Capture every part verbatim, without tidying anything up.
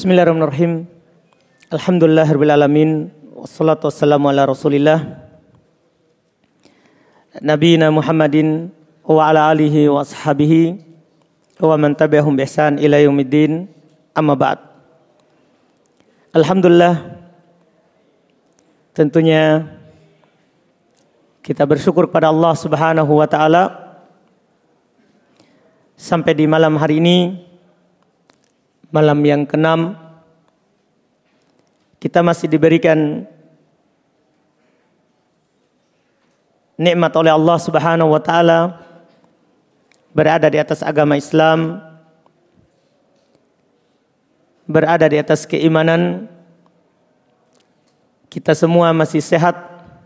Bismillahirrahmanirrahim. Alhamdulillahirabbil alamin. Wassalatu wassalamu ala Rasulillah Nabiyina Muhammadin wa ala alihi wa ashabihi wa man tabi'ahum bi ihsan ila yaumiddin. Amma ba'd. Alhamdulillah, tentunya kita bersyukur kepada Allah Subhanahu wa taala sampai di malam hari ini, malam yang keenam, kita masih diberikan nikmat oleh Allah Subhanahu wa taala berada di atas agama Islam, berada di atas keimanan. Kita semua masih sehat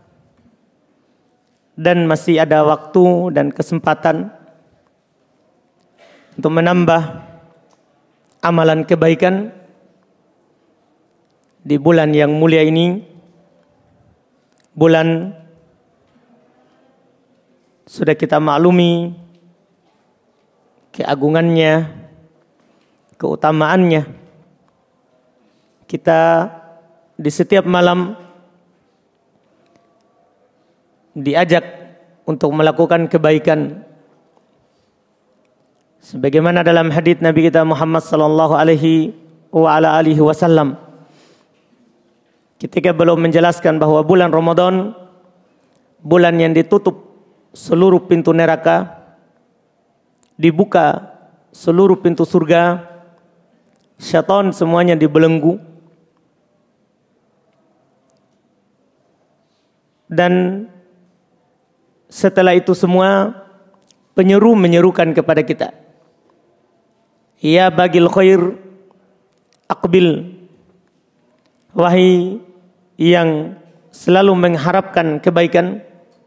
dan masih ada waktu dan kesempatan untuk menambah amalan kebaikan di bulan yang mulia ini, bulan sudah kita maklumi keagungannya, keutamaannya. Kita di setiap malam diajak untuk melakukan kebaikan. Sebagaimana dalam hadits Nabi kita Muhammad sallallahu alaihi wa ala alihi wasallam, ketika beliau menjelaskan bahwa bulan Ramadan bulan yang ditutup seluruh pintu neraka, dibuka seluruh pintu surga, syaitan semuanya dibelenggu, dan setelah itu semua penyeru menyerukan kepada kita, ya bagil khair aqbil, wahai yang selalu mengharapkan kebaikan,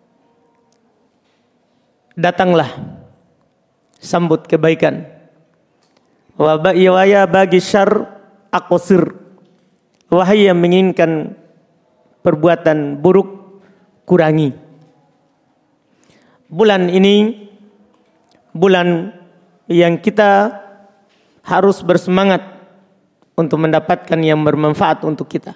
datanglah, sambut kebaikan. Wa ya bagi syarr aqsir, wahai yang menginginkan perbuatan buruk, kurangi. Bulan ini bulan yang kita harus bersemangat untuk mendapatkan yang bermanfaat untuk kita.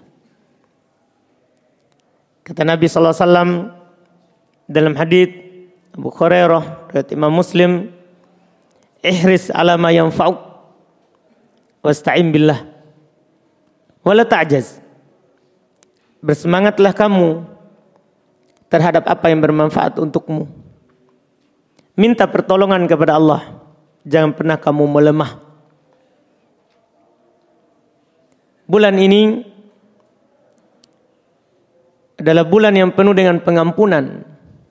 Kata Nabi sallallahu alaihi wasallam dalam hadits Abu Hurairah riwayat Imam Muslim, ihris ala ma yanfa'uk wasta'in billah wala ta'jaz. Bersemangatlah kamu terhadap apa yang bermanfaat untukmu. Minta pertolongan kepada Allah, jangan pernah kamu melemah. Bulan ini adalah bulan yang penuh dengan pengampunan.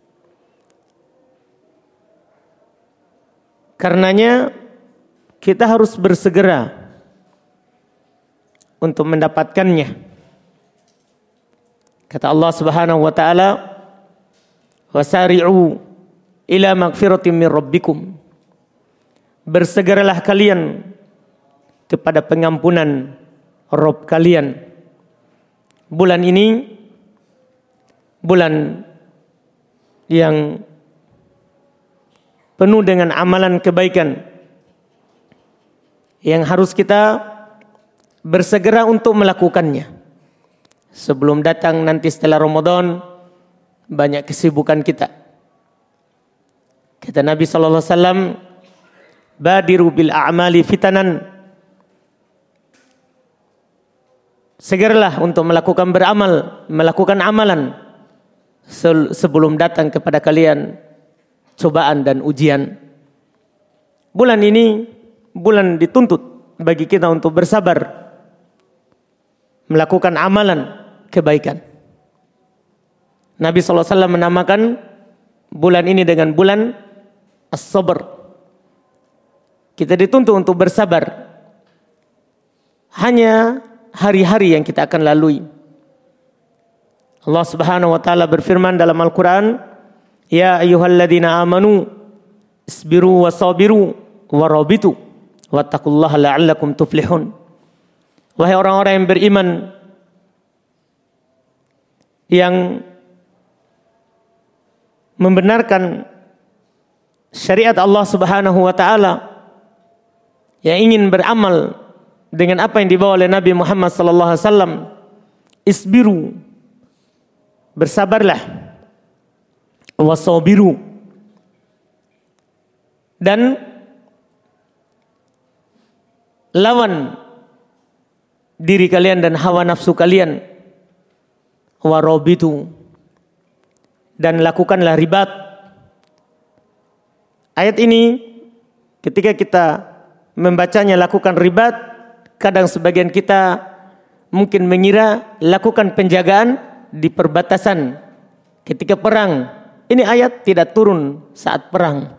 Karenanya kita harus bersegera untuk mendapatkannya. Kata Allah Subhanahu wa taala, wasari'u ila magfiratin min rabbikum. Bersegeralah kalian kepada pengampunan Rabb kalian. Bulan ini bulan yang penuh dengan amalan kebaikan yang harus kita bersegera untuk melakukannya. Sebelum datang nanti setelah Ramadan banyak kesibukan kita. Kata Nabi sallallahu alaihi wasallam, badiru bil a'mali fitanan. Segeralah untuk melakukan beramal, melakukan amalan sebelum datang kepada kalian cobaan dan ujian. Bulan ini bulan dituntut bagi kita untuk bersabar melakukan amalan kebaikan. Nabi sallallahu alaihi wasallam menamakan bulan ini dengan bulan as-sabr. Kita dituntut untuk bersabar. Hanya hari-hari yang kita akan lalui. Allah Subhanahu wa taala berfirman dalam Al-Qur'an, ya ayyuhalladzina amanu isbiru wasabiru warabitu wattaqullaha la'allakum tuflihun. Wahai orang-orang yang beriman yang membenarkan syariat Allah Subhanahu wa taala, yang ingin beramal dengan apa yang dibawa oleh Nabi Muhammad sallallahu alaihi wasallam. Isbiru, bersabarlah. Wasabiru, dan lawan diri kalian dan hawa nafsu kalian. Warabitu, dan lakukanlah ribat. Ayat ini ketika kita membacanya lakukan ribat, kadang sebagian kita mungkin mengira lakukan penjagaan di perbatasan ketika perang. Ini ayat tidak turun saat perang.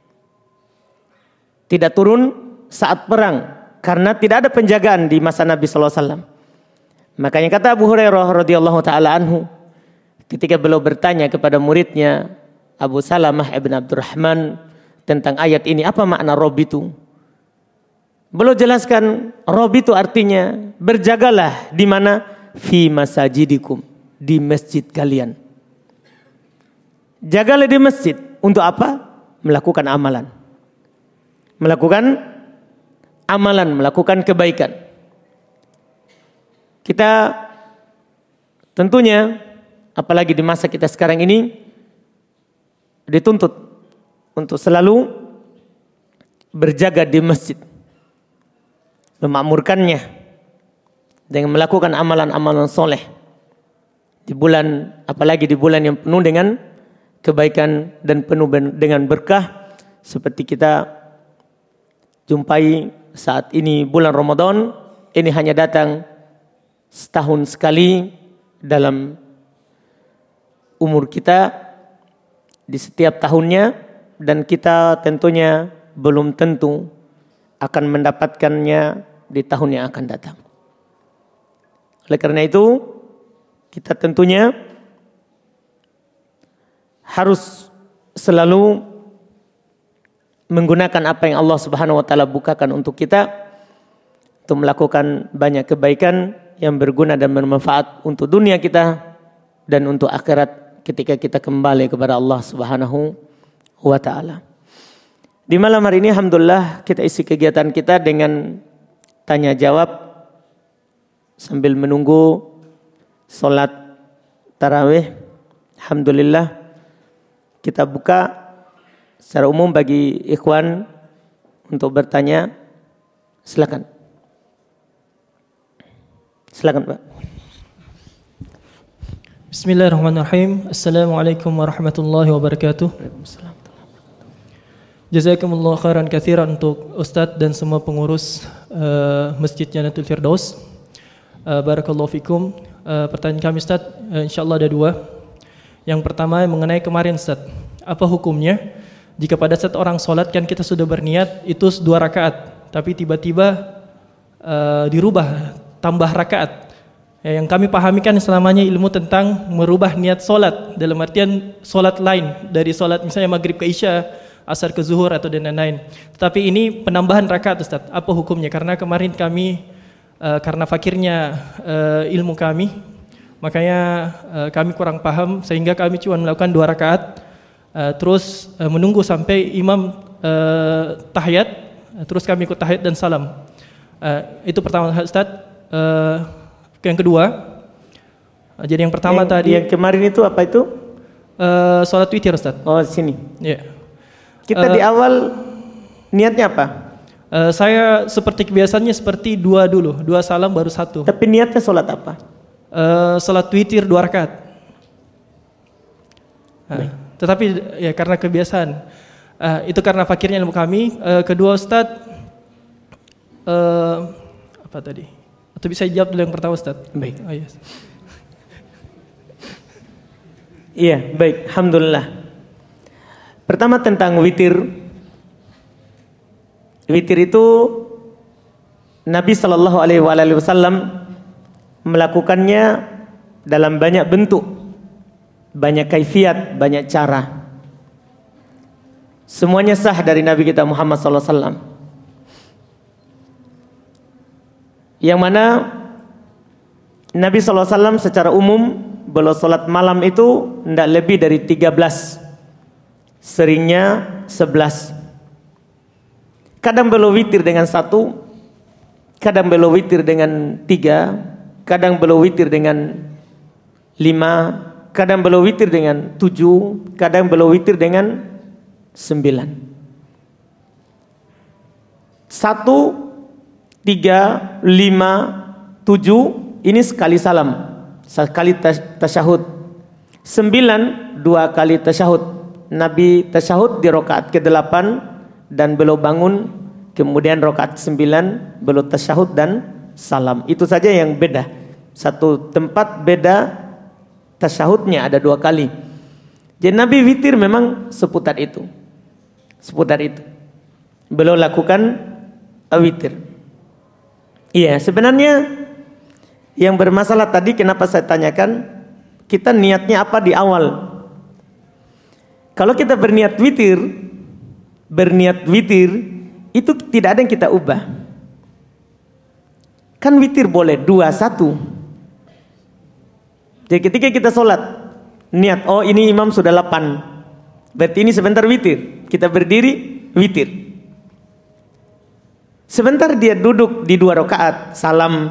Tidak turun saat perang karena tidak ada penjagaan di masa Nabi sallallahu alaihi wasallam. Makanya kata Abu Hurairah radhiyallahu taala anhu ketika beliau bertanya kepada muridnya Abu Salamah ibn Abdurrahman tentang ayat ini, apa makna rob itu? Beliau jelaskan, rob itu artinya berjagalah di mana? Fi masajidikum, di masjid kalian. Jagalah di masjid untuk apa? Melakukan amalan. Melakukan amalan, melakukan kebaikan. Kita tentunya, apalagi di masa kita sekarang ini, dituntut untuk selalu berjaga di masjid, memakmurkannya dengan melakukan amalan-amalan soleh di bulan, apalagi di bulan yang penuh dengan kebaikan dan penuh dengan berkah seperti kita jumpai saat ini bulan Ramadan. Ini hanya datang setahun sekali dalam umur kita di setiap tahunnya, dan kita tentunya belum tentu akan mendapatkannya di tahun yang akan datang. Oleh karena itu kita tentunya harus selalu menggunakan apa yang Allah Subhanahu wa taala bukakan untuk kita untuk melakukan banyak kebaikan yang berguna dan bermanfaat untuk dunia kita dan untuk akhirat ketika kita kembali kepada Allah Subhanahu wa taala. Di malam hari ini alhamdulillah kita isi kegiatan kita dengan tanya jawab sambil menunggu salat tarawih. Alhamdulillah kita buka secara umum bagi ikhwan untuk bertanya. Silakan. Silakan, Pak. Bismillahirrahmanirrahim. Assalamualaikum warahmatullahi wabarakatuh. Jazakumullah khairan katsiran untuk Ustadz dan semua pengurus uh, Masjid Jannatul Firdaus. Uh, barakallahu fikum. Uh, pertanyaan kami Ustadz, uh, insyaallah ada dua. Yang pertama mengenai kemarin Ustadz, apa hukumnya jika pada saat orang sholat kan kita sudah berniat itu dua rakaat, tapi tiba-tiba uh, dirubah tambah rakaat. Ya, yang kami pahami kan selamanya ilmu tentang merubah niat solat dalam artian solat lain dari solat misalnya maghrib ke isya, asar ke zuhur atau dan lain-lain. Tetapi ini penambahan rakaat Ustaz. Apa hukumnya? Karena kemarin kami uh, karena fakirnya uh, ilmu kami, makanya uh, kami kurang paham sehingga kami cuma melakukan dua rakaat, uh, terus uh, menunggu sampai imam uh, tahiyat, uh, terus kami ikut tahiyat dan salam. Uh, itu pertama Ustaz. Uh, yang kedua, uh, jadi yang pertama yang, tadi yang kemarin itu apa itu? Uh, salat witir Ustaz. Oh sini. Ya. Yeah. Kita uh, di awal niatnya apa? Uh, saya seperti kebiasaannya seperti dua dulu, dua salam baru satu. Tapi niatnya salat apa? Uh, salat witir dua rakaat. Uh, tetapi ya karena kebiasaan, uh, itu karena fakirnya ilmu kami. Uh, kedua Ustaz, uh, apa tadi? Atau bisa jawab dulu yang pertama Ustaz? Baik. Oh, yes. Iya, baik. Alhamdulillah. Pertama tentang witir. Witir itu Nabi Shallallahu Alaihi Wasallam melakukannya dalam banyak bentuk, banyak kaifiat, banyak cara. Semuanya sah dari Nabi kita Muhammad Sallallahu Alaihi Wasallam. Yang mana Nabi Sallallahu Alaihi Wasallam secara umum beliau salat malam itu tidak lebih dari tiga belas, seringnya sebelas. Kadang beliau witir dengan satu, kadang beliau witir dengan tiga, kadang beliau witir dengan lima, kadang beliau witir dengan tujuh, kadang beliau witir dengan sembilan. Satu, tiga, lima, tujuh, ini sekali salam, sekali tasyahud. Sembilan, dua kali tasyahud. Nabi tasyahud di rakaat kedelapan dan beliau bangun, kemudian rakaat sembilan beliau tasyahud dan salam. Itu saja yang beda. Satu tempat beda tasyahudnya ada dua kali. Jadi Nabi witir memang seputar itu. Seputar itu. Beliau lakukan witir. Iya, sebenarnya yang bermasalah tadi kenapa saya tanyakan, kita niatnya apa di awal? Kalau kita berniat witir, berniat witir, itu tidak ada yang kita ubah. Kan witir boleh dua, satu. Jadi ketika kita sholat, niat, oh ini imam sudah delapan, berarti ini sebentar witir. Kita berdiri, witir. Sebentar dia duduk di dua rakaat, salam,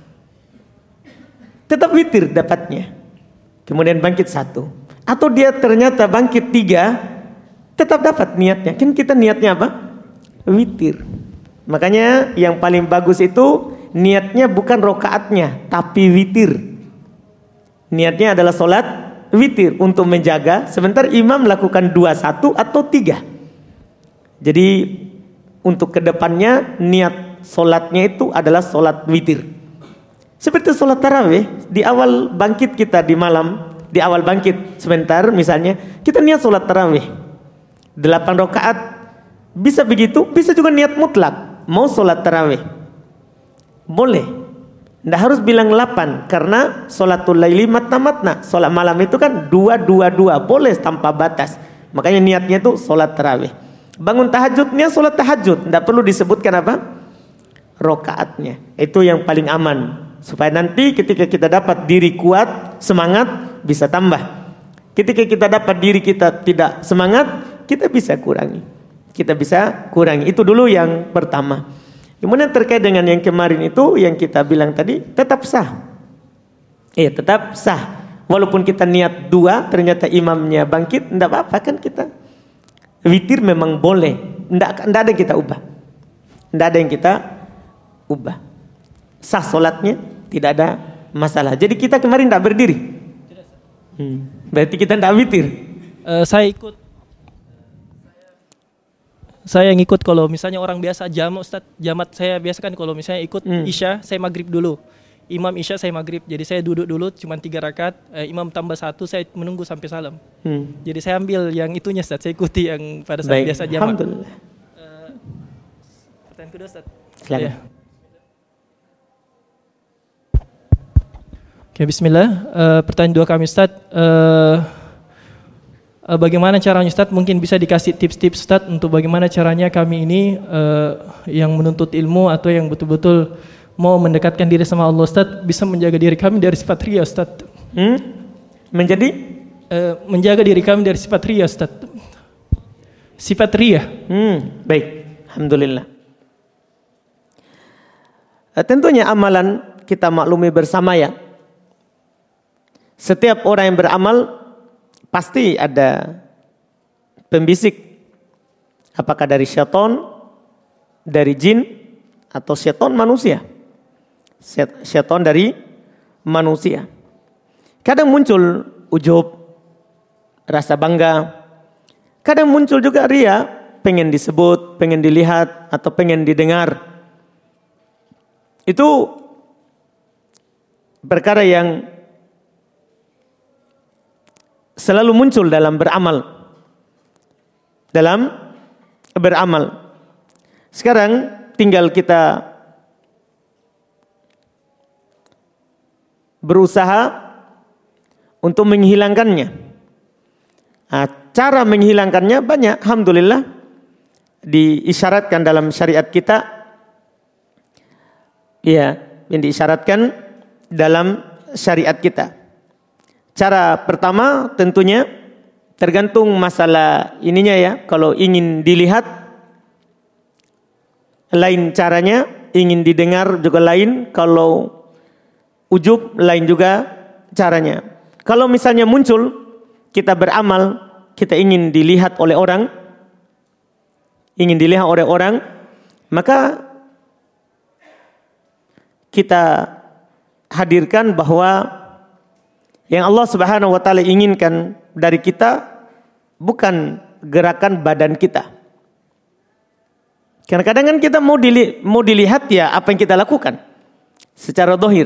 tetap witir dapatnya. Kemudian bangkit satu. Atau dia ternyata bangkit tiga, tetap dapat niatnya. Kan kita niatnya apa? Witir. Makanya yang paling bagus itu niatnya bukan rokaatnya, tapi witir. Niatnya adalah solat witir untuk menjaga. Sebentar imam melakukan dua satu atau tiga. Jadi untuk kedepannya niat solatnya itu adalah solat witir. Seperti solat tarawih, di awal bangkit kita di malam. Di awal bangkit sebentar misalnya kita niat sholat tarawih delapan rakaat, bisa begitu, bisa juga niat mutlak mau sholat tarawih boleh, tidak harus bilang delapan karena sholatul laili matna matna, sholat malam itu kan dua dua dua, boleh tanpa batas. Makanya niatnya itu sholat tarawih. Bangun tahajudnya sholat tahajud, tidak perlu disebutkan apa rakaatnya. Itu yang paling aman supaya nanti ketika kita dapat diri kuat, semangat, bisa tambah. Ketika kita dapat diri kita tidak semangat, kita bisa kurangi. Kita bisa kurangi. Itu dulu yang pertama. Kemudian terkait dengan yang kemarin itu yang kita bilang tadi, tetap sah. Iya, tetap sah. Walaupun kita niat dua, ternyata imamnya bangkit, tidak apa-apa kan kita. Witir memang boleh. Tidak, tidak ada yang kita ubah. Tidak ada yang kita ubah. Sah solatnya, tidak ada masalah. Jadi kita kemarin tidak berdiri. Hmm. Berarti kita tidak witir. Uh, saya ikut. Saya yang ikut kalau misalnya orang biasa jamak Ustaz, jamat saya biasa kan kalau misalnya ikut hmm. Isya, saya maghrib dulu. Imam Isya saya maghrib. Jadi saya duduk dulu cuma tiga rakaat, eh, imam tambah satu, saya menunggu sampai salam. Hmm. Jadi saya ambil yang itunya Ustaz, saya ikuti yang pada saat Baik. biasa jamak. Alhamdulillah. Uh, pertanyaan kedua Ustaz. Silakan. Ya. Oke, bismillah. Uh, pertanyaan dua kami Ustaz. Uh, uh, bagaimana caranya Ustaz? Mungkin bisa dikasih tips-tips Ustaz untuk bagaimana caranya kami ini uh, yang menuntut ilmu atau yang betul-betul mau mendekatkan diri sama Allah Ustaz, bisa menjaga diri kami dari sifat riya Ustaz. Hmm? Menjadi? Uh, menjaga diri kami dari sifat riya Ustaz. Sifat riya. Hmm, baik. Alhamdulillah. Uh, tentunya amalan kita maklumi bersama ya. Setiap orang yang beramal pasti ada pembisik. Apakah dari syaitan, dari jin, atau syaitan manusia. Syaitan dari manusia. Kadang muncul ujub, rasa bangga. Kadang muncul juga ria, pengen disebut, pengen dilihat, atau pengen didengar. Itu perkara yang selalu muncul dalam beramal. Dalam beramal. Sekarang tinggal kita berusaha untuk menghilangkannya. Nah, cara menghilangkannya banyak, alhamdulillah diisyaratkan dalam syariat kita. Ya, yang diisyaratkan dalam syariat kita. Cara pertama tentunya tergantung masalah ininya ya. Kalau ingin dilihat, lain caranya ingin didengar juga lain. Kalau ujub lain juga caranya. Kalau misalnya muncul kita beramal, kita ingin dilihat oleh orang, ingin dilihat oleh orang, maka kita hadirkan bahwa yang Allah Subhanahu wa taala inginkan dari kita bukan gerakan badan kita. Karena kadang kan kita mau dili, mau dilihat ya apa yang kita lakukan secara zahir.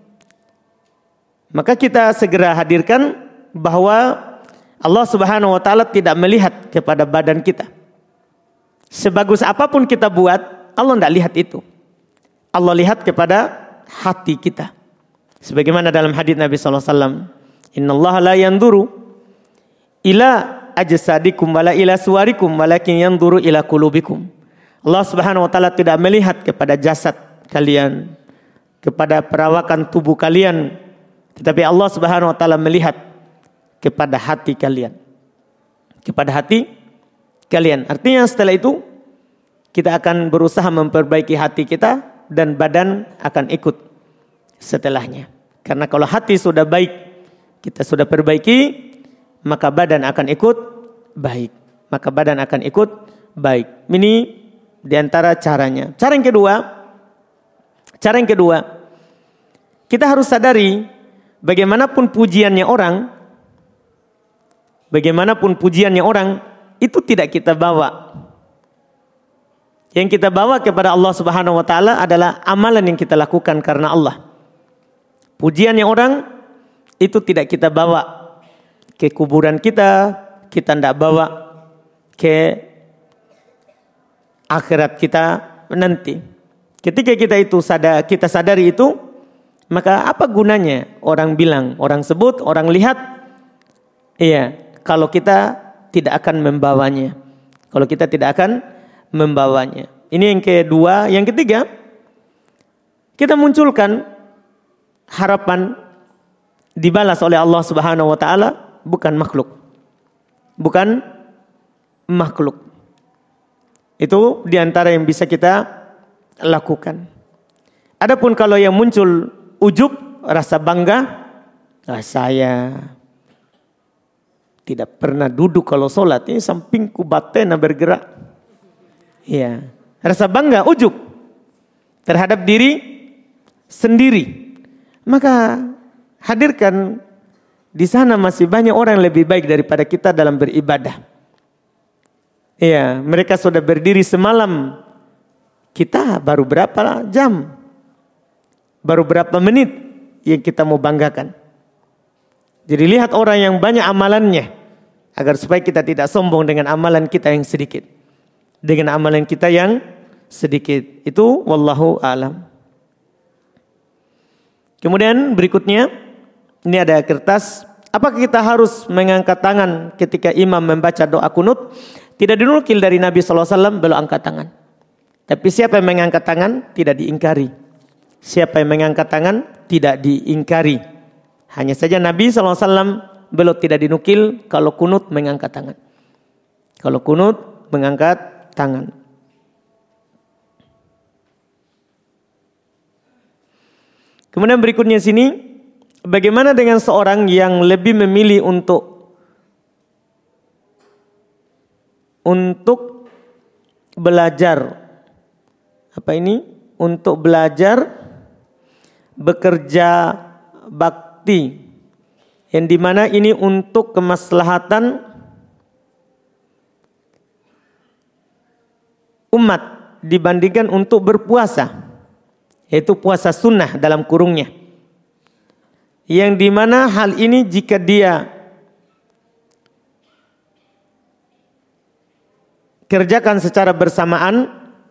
Maka kita segera hadirkan bahwa Allah Subhanahu wa taala tidak melihat kepada badan kita. Sebagus apapun kita buat, Allah tidak lihat itu. Allah lihat kepada hati kita. Sebagaimana dalam hadis Nabi sallallahu alaihi wasallam, "Innallaha la yanzuru ila ajsadikum wala ila suwarikum walakin yanzuru ila qulubikum." Allah Subhanahu wa taala tidak melihat kepada jasad kalian, kepada perawakan tubuh kalian, tetapi Allah Subhanahu wa taala melihat kepada hati kalian. Kepada hati kalian. Artinya setelah itu kita akan berusaha memperbaiki hati kita dan badan akan ikut setelahnya. Karena kalau hati sudah baik, kita sudah perbaiki, maka badan akan ikut baik. Maka badan akan ikut baik. Ini di antara caranya. Cara yang kedua, cara yang kedua, kita harus sadari bagaimanapun pujiannya orang, bagaimanapun pujiannya orang, itu tidak kita bawa. Yang kita bawa kepada Allah Subhanahu wa taala adalah amalan yang kita lakukan karena Allah. Pujiannya orang itu tidak kita bawa ke kuburan kita, kita tidak bawa ke akhirat kita nanti. Ketika kita itu sadar, kita sadari itu, maka apa gunanya orang bilang, orang sebut, orang lihat? Iya, kalau kita tidak akan membawanya. Kalau kita tidak akan membawanya. Ini yang kedua. Yang ketiga, kita munculkan harapan dibalas oleh Allah Subhanahu wa taala, bukan makhluk. Bukan makhluk. Itu diantara yang bisa kita lakukan. Adapun kalau yang muncul ujub, rasa bangga, ah, saya tidak pernah duduk kalau sholat, ini sampingku batena bergerak. Iya, rasa bangga, ujub terhadap diri sendiri. Maka hadirkan di sana masih banyak orang lebih baik daripada kita dalam beribadah. Iya, mereka sudah berdiri semalam. Kita baru berapa jam? Baru berapa menit yang kita mau banggakan. Jadi lihat orang yang banyak amalannya, agar supaya kita tidak sombong dengan amalan kita yang sedikit. Dengan amalan kita yang sedikit. Itu wallahu a'lam. Kemudian berikutnya, ini ada kertas. Apakah kita harus mengangkat tangan ketika imam membaca doa kunut? Tidak dinukil dari Nabi sallallahu alaihi wasallam beliau angkat tangan. Tapi siapa yang mengangkat tangan tidak diingkari. Siapa yang mengangkat tangan tidak diingkari. Hanya saja Nabi sallallahu alaihi wasallam beliau tidak dinukil kalau kunut mengangkat tangan. Kalau kunut mengangkat tangan. Kemudian berikutnya sini, bagaimana dengan seorang yang lebih memilih untuk untuk belajar apa ini? Untuk belajar bekerja bakti, yang dimana ini untuk kemaslahatan umat dibandingkan untuk berpuasa, yaitu puasa sunnah dalam kurungnya, yang dimana hal ini jika dia kerjakan secara bersamaan,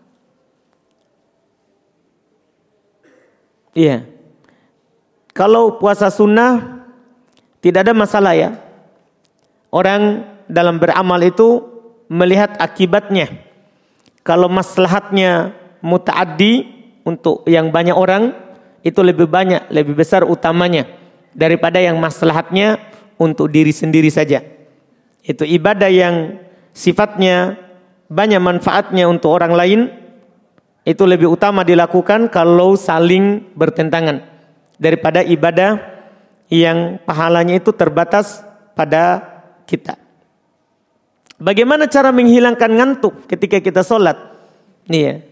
iya. Kalau puasa sunnah tidak ada masalah ya. Orang dalam beramal itu melihat akibatnya. Kalau maslahatnya muta'addi untuk yang banyak orang, itu lebih banyak, lebih besar utamanya daripada yang maslahatnya untuk diri sendiri saja. Itu ibadah yang sifatnya banyak manfaatnya untuk orang lain, Itu lebih utama dilakukan kalau saling bertentangan daripada ibadah yang pahalanya itu terbatas pada kita. Bagaimana cara menghilangkan ngantuk ketika kita sholat? Iya.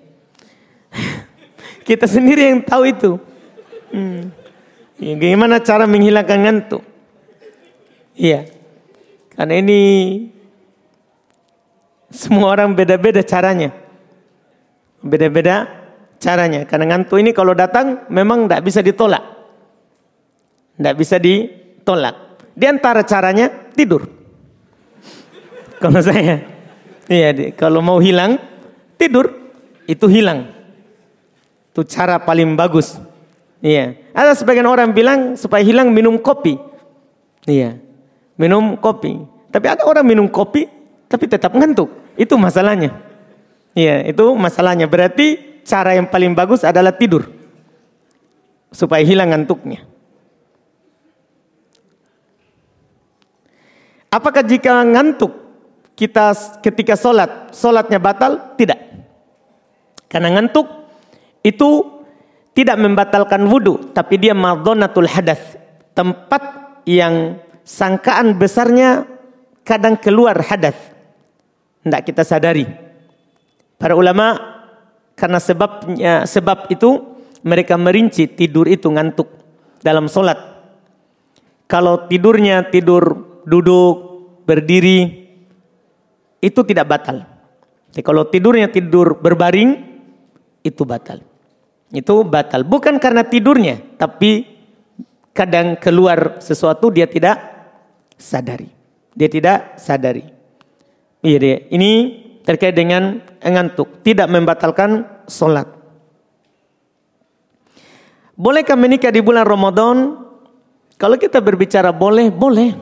Kita sendiri yang tahu itu. Hmm. Bagaimana cara menghilangkan ngantuk? Iya. Karena ini semua orang beda-beda caranya. Beda-beda caranya. Karena ngantuk ini kalau datang memang tidak bisa ditolak. Tidak bisa ditolak. Di antara caranya tidur. Kalau saya, iya, kalau mau hilang, tidur, itu hilang. Itu cara paling bagus. Iya. Ada sebagian orang bilang supaya hilang minum kopi. Iya, minum kopi. Tapi ada orang minum kopi, tapi tetap ngantuk. Itu masalahnya. Iya, itu masalahnya. Berarti cara yang paling bagus adalah tidur, supaya hilang ngantuknya. Apakah jika ngantuk kita ketika sholat, sholatnya batal? Tidak. Karena ngantuk itu tidak membatalkan wudu, tapi dia madhonatul hadas. Tempat yang sangkaan besarnya kadang keluar hadas. Tidak kita sadari. Para ulama karena sebabnya sebab itu mereka merinci tidur itu ngantuk dalam sholat. Kalau tidurnya tidur duduk, berdiri, itu tidak batal. Jadi kalau tidurnya tidur berbaring, itu batal. Itu batal. Bukan karena tidurnya, tapi kadang keluar sesuatu dia tidak sadari. Dia tidak sadari. Iya dia. Ini terkait dengan ngantuk. Tidak membatalkan sholat. Bolehkah menikah di bulan Ramadan? Kalau kita berbicara boleh, boleh.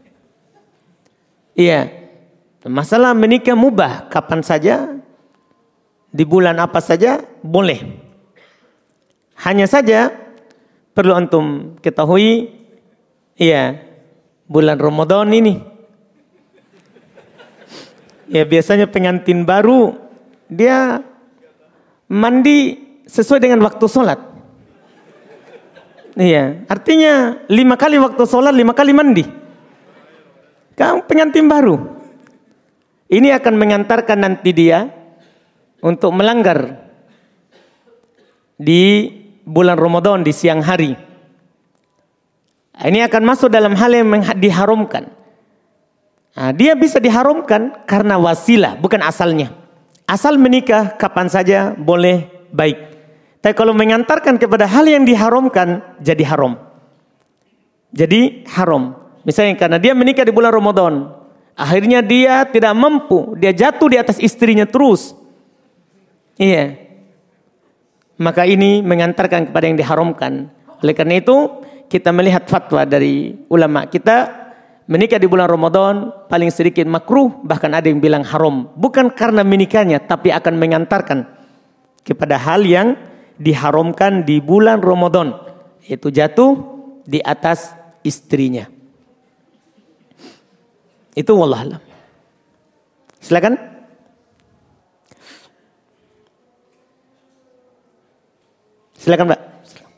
Iya. Masalah menikah mubah, kapan saja, di bulan apa saja, boleh. Hanya saja perlu antum ketahui, iya, bulan Ramadan ini, ya biasanya pengantin baru dia mandi sesuai dengan waktu sholat. Iya, artinya lima kali waktu sholat, lima kali mandi. Kamu pengantin baru. Ini akan mengantarkan nanti dia untuk melanggar di bulan Ramadan di siang hari. Ini akan masuk dalam hal yang diharamkan. Nah, dia bisa diharamkan karena wasilah, bukan asalnya. Asal menikah kapan saja boleh, baik. Tapi kalau mengantarkan kepada hal yang diharamkan, jadi haram. Jadi haram. Misalnya karena dia menikah di bulan Ramadan, akhirnya dia tidak mampu, dia jatuh di atas istrinya terus. Iya. Maka ini mengantarkan kepada yang diharamkan. Oleh karena itu, kita melihat fatwa dari ulama kita, menikah di bulan Ramadan paling sedikit makruh, bahkan ada yang bilang haram. Bukan karena menikahnya, tapi akan mengantarkan kepada hal yang diharamkan di bulan Ramadan, yaitu jatuh di atas istrinya. Itu wallahualam. Silakan. Silakan, Mbak.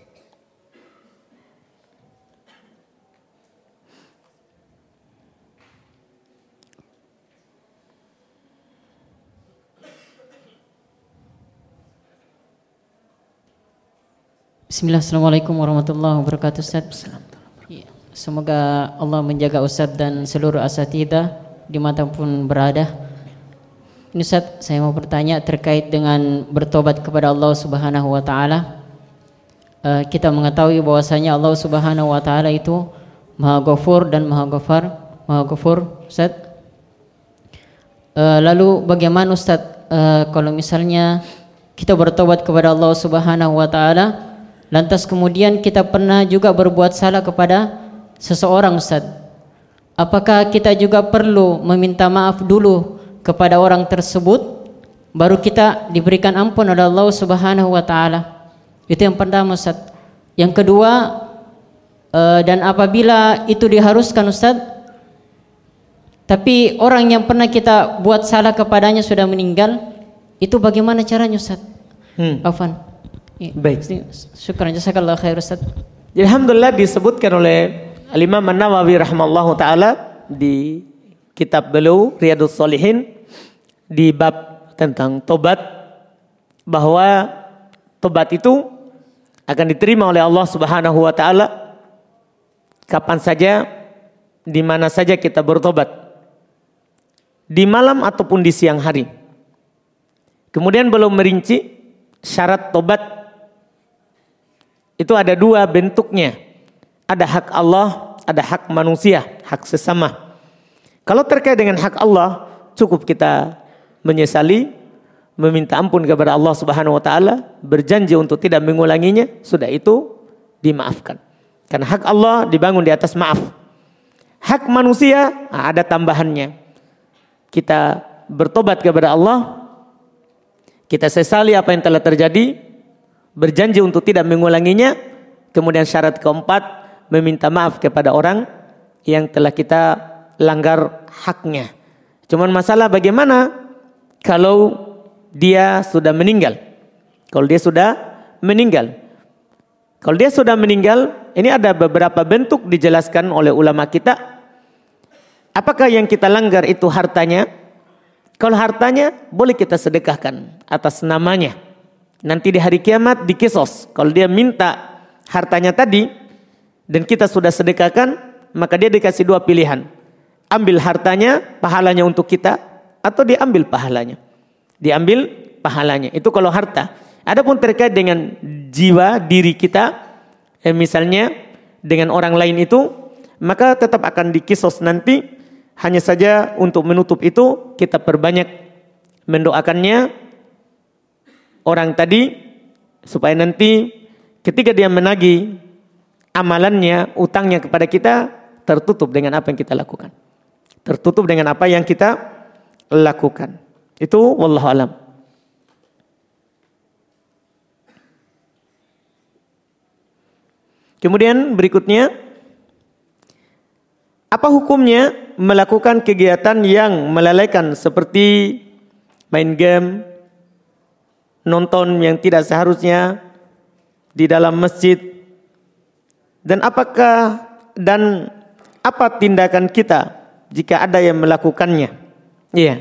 Bismillah, assalamualaikum warahmatullahi wabarakatuh, Ustaz. Semoga Allah menjaga Ustaz dan seluruh asatidzah dimanapun berada. Ini Ustaz, saya mau bertanya terkait dengan bertobat kepada Allah Subhanahu Wa Taala. Uh, kita mengetahui bahwasanya Allah Subhanahu Wa Taala itu Maha Ghafur dan Maha Ghafar, Maha Ghafur, Ustaz. Uh, lalu bagaimana Ustaz uh, kalau misalnya kita bertobat kepada Allah Subhanahu Wa Taala, lantas kemudian kita pernah juga berbuat salah kepada seseorang, Ustaz. Apakah kita juga perlu meminta maaf dulu kepada orang tersebut baru kita diberikan ampun oleh Allah Subhanahu Wa Taala? Itu yang pertama, Ustaz. Yang kedua, uh, dan apabila itu diharuskan, Ustaz, tapi orang yang pernah kita buat salah kepadanya sudah meninggal, itu bagaimana caranya, Ustaz? Hmm. Afwan. Ya. Baik. Syukran jazakallahu khair Ustaz. Jadi alhamdulillah disebutkan oleh Al-Imam An-Nawawi rahimallahu taala di kitab beliau Riyadhus Shalihin di bab tentang tobat bahwa tobat itu akan diterima oleh Allah Subhanahu wa taala kapan saja, di mana saja kita bertobat, di malam ataupun di siang hari. Kemudian belum merinci syarat tobat itu ada dua bentuknya. Ada hak Allah, ada hak manusia, hak sesama. Kalau terkait dengan hak Allah, cukup kita menyesali, meminta ampun kepada Allah Subhanahu wa taala, berjanji untuk tidak mengulanginya, sudah itu dimaafkan. Karena hak Allah dibangun di atas maaf. Hak manusia ada tambahannya. Kita bertobat kepada Allah, kita sesali apa yang telah terjadi, berjanji untuk tidak mengulanginya, kemudian syarat keempat meminta maaf kepada orang yang telah kita langgar haknya. Cuman masalah bagaimana kalau dia sudah meninggal. Kalau dia sudah meninggal. Kalau dia sudah meninggal, ini ada beberapa bentuk dijelaskan oleh ulama kita. Apakah yang kita langgar itu hartanya? Kalau hartanya boleh kita sedekahkan atas namanya. Nanti di hari kiamat dikisos. Kalau dia minta hartanya tadi dan kita sudah sedekahkan, maka dia dikasih dua pilihan. Ambil hartanya, pahalanya untuk kita, atau diambil pahalanya. Diambil pahalanya. Itu kalau harta. Adapun terkait dengan jiwa diri kita, eh, misalnya dengan orang lain itu, maka tetap akan dikisos nanti. Hanya saja untuk menutup itu kita perbanyak mendoakannya orang tadi supaya nanti ketika dia menagih amalannya, utangnya kepada kita tertutup dengan apa yang kita lakukan. Tertutup dengan apa yang kita lakukan. Itu wallahu alam. Kemudian berikutnya, apa hukumnya melakukan kegiatan yang melalaikan seperti main game, nonton yang tidak seharusnya di dalam masjid, dan apakah dan apa tindakan kita jika ada yang melakukannya? Iya.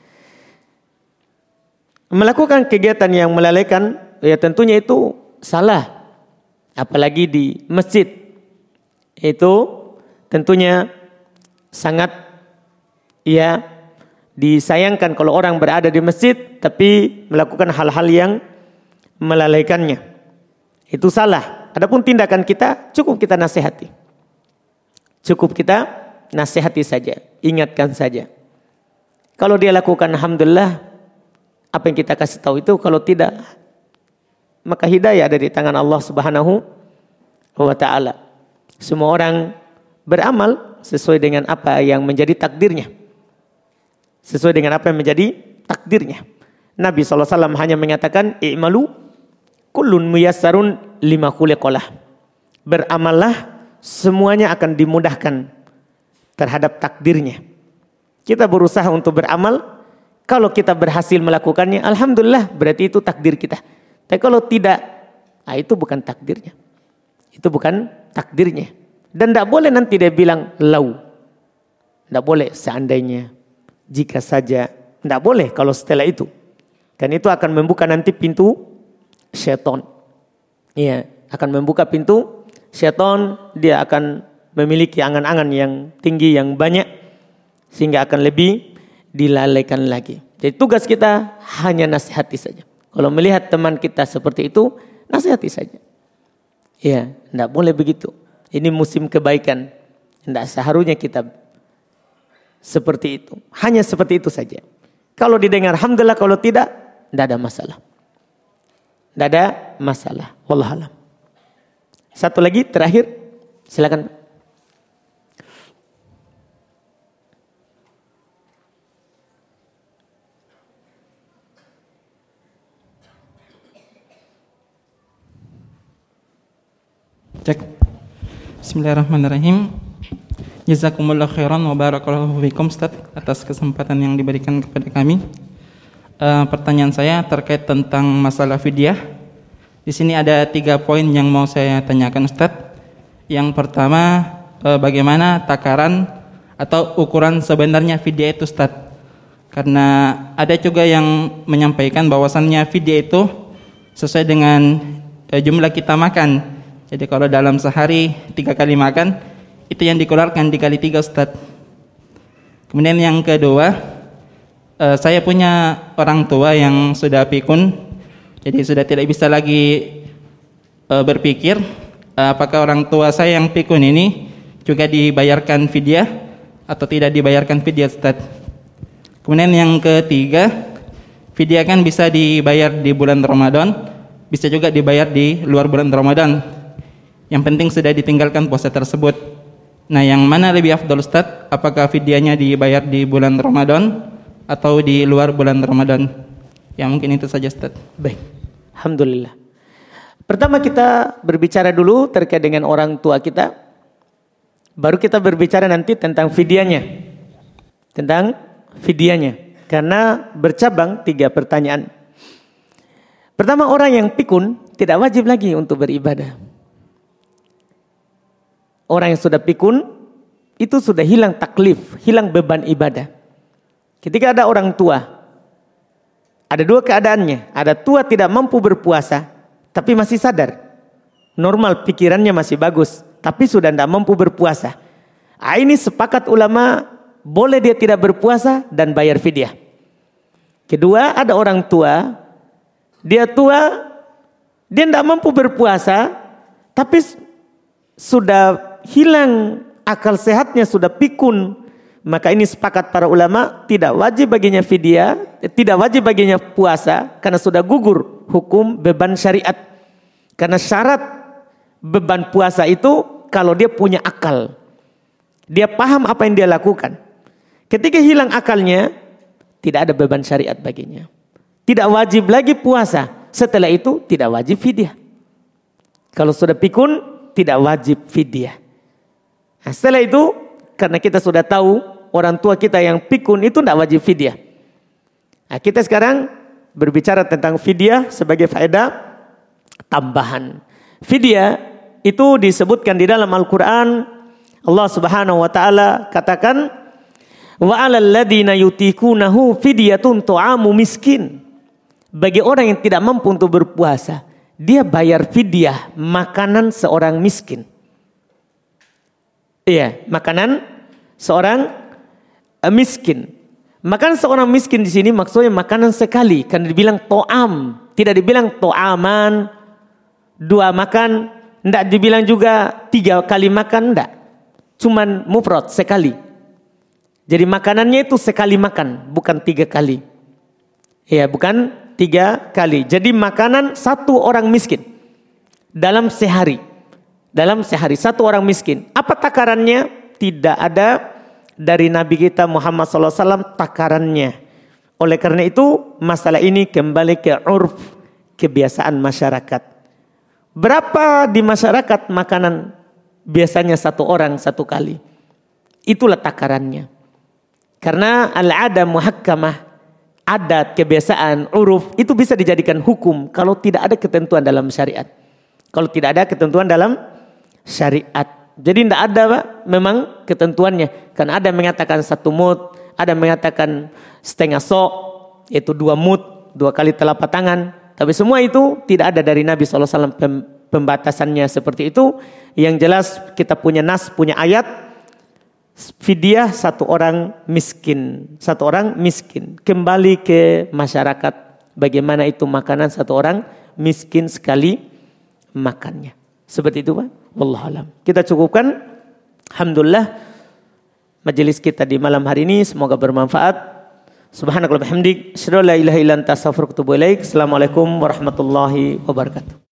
Melakukan kegiatan yang melalaikan, ya tentunya itu salah. Apalagi di masjid. Itu tentunya sangat ya disayangkan kalau orang berada di masjid tapi melakukan hal-hal yang melalaikannya. Itu salah. Adapun tindakan kita cukup kita nasihati. Cukup kita nasihati saja, ingatkan saja. Kalau dia lakukan alhamdulillah, apa yang kita kasih tahu itu, kalau tidak maka hidayah dari tangan Allah Subhanahu wa taala. Semua orang beramal sesuai dengan apa yang menjadi takdirnya. Sesuai dengan apa yang menjadi takdirnya. Nabi sallallahu alaihi wasallam hanya mengatakan i'malu kullun muyassarun lima khuliqalah. Beramallah, semuanya akan dimudahkan terhadap takdirnya. Kita berusaha untuk beramal, kalau kita berhasil melakukannya, alhamdulillah, berarti itu takdir kita. Tapi kalau tidak, nah itu bukan takdirnya. Itu bukan takdirnya. Dan tidak boleh nanti dia bilang lau. Tidak boleh seandainya, jika saja. Tidak boleh kalau setelah itu. Dan itu akan membuka nanti pintu syaitan. Iya, akan membuka pintu syaitan. Dia akan memiliki angan-angan yang tinggi, yang banyak. Sehingga akan lebih dilalaikan lagi. Jadi tugas kita hanya nasihati saja. Kalau melihat teman kita seperti itu, nasihati saja. Ya, tidak boleh begitu. Ini musim kebaikan. Tidak seharusnya kita seperti itu. Hanya seperti itu saja. Kalau didengar alhamdulillah, kalau tidak, tidak ada masalah. Tidak ada masalah. Wallahualam. Satu lagi terakhir, silakan. Cek. Bismillahirrahmanirrahim. Jazakumullah khairan wa barakallahu fikum Ustaz atas kesempatan yang diberikan kepada kami. uh, pertanyaan saya terkait tentang masalah fidyah. Di sini ada tiga poin yang mau saya tanyakan Ustadz. Yang pertama, uh, bagaimana takaran atau ukuran sebenarnya fidyah itu Ustadz? Karena ada juga yang menyampaikan bahwasannya fidyah itu sesuai dengan uh, jumlah kita makan. Jadi kalau dalam sehari tiga kali makan, itu yang dikeluarkan dikali tiga Ustadz. Kemudian yang kedua, uh, saya punya orang tua yang sudah pikun, jadi sudah tidak bisa lagi uh, berpikir uh, apakah orang tua saya yang pikun ini juga dibayarkan fidyah atau tidak dibayarkan fidyah Ustaz. Kemudian yang ketiga, fidyah kan bisa dibayar di bulan Ramadan, bisa juga dibayar di luar bulan Ramadan. Yang penting sudah ditinggalkan puasa tersebut. Nah, yang mana lebih afdal Ustaz? Apakah fidyahnya dibayar di bulan Ramadan atau di luar bulan Ramadan? Ya, mungkin itu saja Ustaz. Baik. Alhamdulillah. Pertama kita berbicara dulu terkait dengan orang tua kita. Baru kita berbicara nanti tentang fidyahnya. Tentang fidyahnya. Karena bercabang tiga pertanyaan. Pertama, orang yang pikun tidak wajib lagi untuk beribadah. Orang yang sudah pikun, itu sudah hilang taklif, hilang beban ibadah. Ketika ada orang tua, ada dua keadaannya. Ada tua tidak mampu berpuasa, tapi masih sadar. Normal, pikirannya masih bagus, tapi sudah tidak mampu berpuasa. Ah, ini sepakat ulama, boleh dia tidak berpuasa dan bayar fidyah. Kedua, ada orang tua, dia tua, dia tidak mampu berpuasa, tapi sudah hilang akal sehatnya, sudah pikun, maka ini sepakat para ulama tidak wajib baginya fidyah, tidak wajib baginya puasa karena sudah gugur hukum beban syariat. Karena syarat beban puasa itu kalau dia punya akal, dia paham apa yang dia lakukan. Ketika hilang akalnya, tidak ada beban syariat baginya, tidak wajib lagi puasa. Setelah itu tidak wajib fidyah. Kalau sudah pikun tidak wajib fidyah. Nah, setelah itu, karena kita sudah tahu orang tua kita yang pikun itu tidak wajib fidyah. Nah, kita sekarang berbicara tentang fidyah sebagai faedah tambahan. Fidyah itu disebutkan di dalam Al-Quran. Allah Subhanahu Wa Taala katakan, wa alal ladina yutikunahu fidyatun tu'amu miskin. Bagi orang yang tidak mampu untuk berpuasa, dia bayar fidyah makanan seorang miskin. Iya, makanan seorang uh, miskin. Makanan seorang miskin di sini maksudnya makanan sekali, kan dibilang to'am, tidak dibilang to'aman, dua makan, tidak dibilang juga tiga kali makan, tidak. Cuman mufrad sekali. Jadi makanannya itu sekali makan, bukan tiga kali. Iya, bukan tiga kali. Jadi makanan satu orang miskin dalam sehari. Dalam sehari satu orang miskin. Apa takarannya? Tidak ada dari Nabi kita Muhammad sallallahu alaihi wasallam takarannya. Oleh karena itu masalah ini kembali ke urf, kebiasaan masyarakat. Berapa di masyarakat makanan biasanya satu orang satu kali? Itulah takarannya. Karena al-'ada muhakkamah, adat, kebiasaan, uruf itu bisa dijadikan hukum kalau tidak ada ketentuan dalam syariat. Kalau tidak ada ketentuan dalam syariat. Jadi tidak ada Pak, memang ketentuannya. Kan ada yang mengatakan satu mud, ada yang mengatakan setengah sok, yaitu dua mud, dua kali telapak tangan. Tapi semua itu tidak ada dari Nabi shallallahu alaihi wasallam pembatasannya seperti itu. Yang jelas kita punya nas, punya ayat. Fidyah satu orang miskin. Satu orang miskin. Kembali ke masyarakat. Bagaimana itu makanan satu orang miskin sekali makannya. Seperti itu Pak. Wallahu alam. Kita cukupkan. Alhamdulillah. Majelis kita di malam hari ini semoga bermanfaat. Subhanakallahumma bihamdik. Asyhadu an la ilaha illa anta astaghfiruka wa atubu ilaik. Assalamualaikum warahmatullahi wabarakatuh.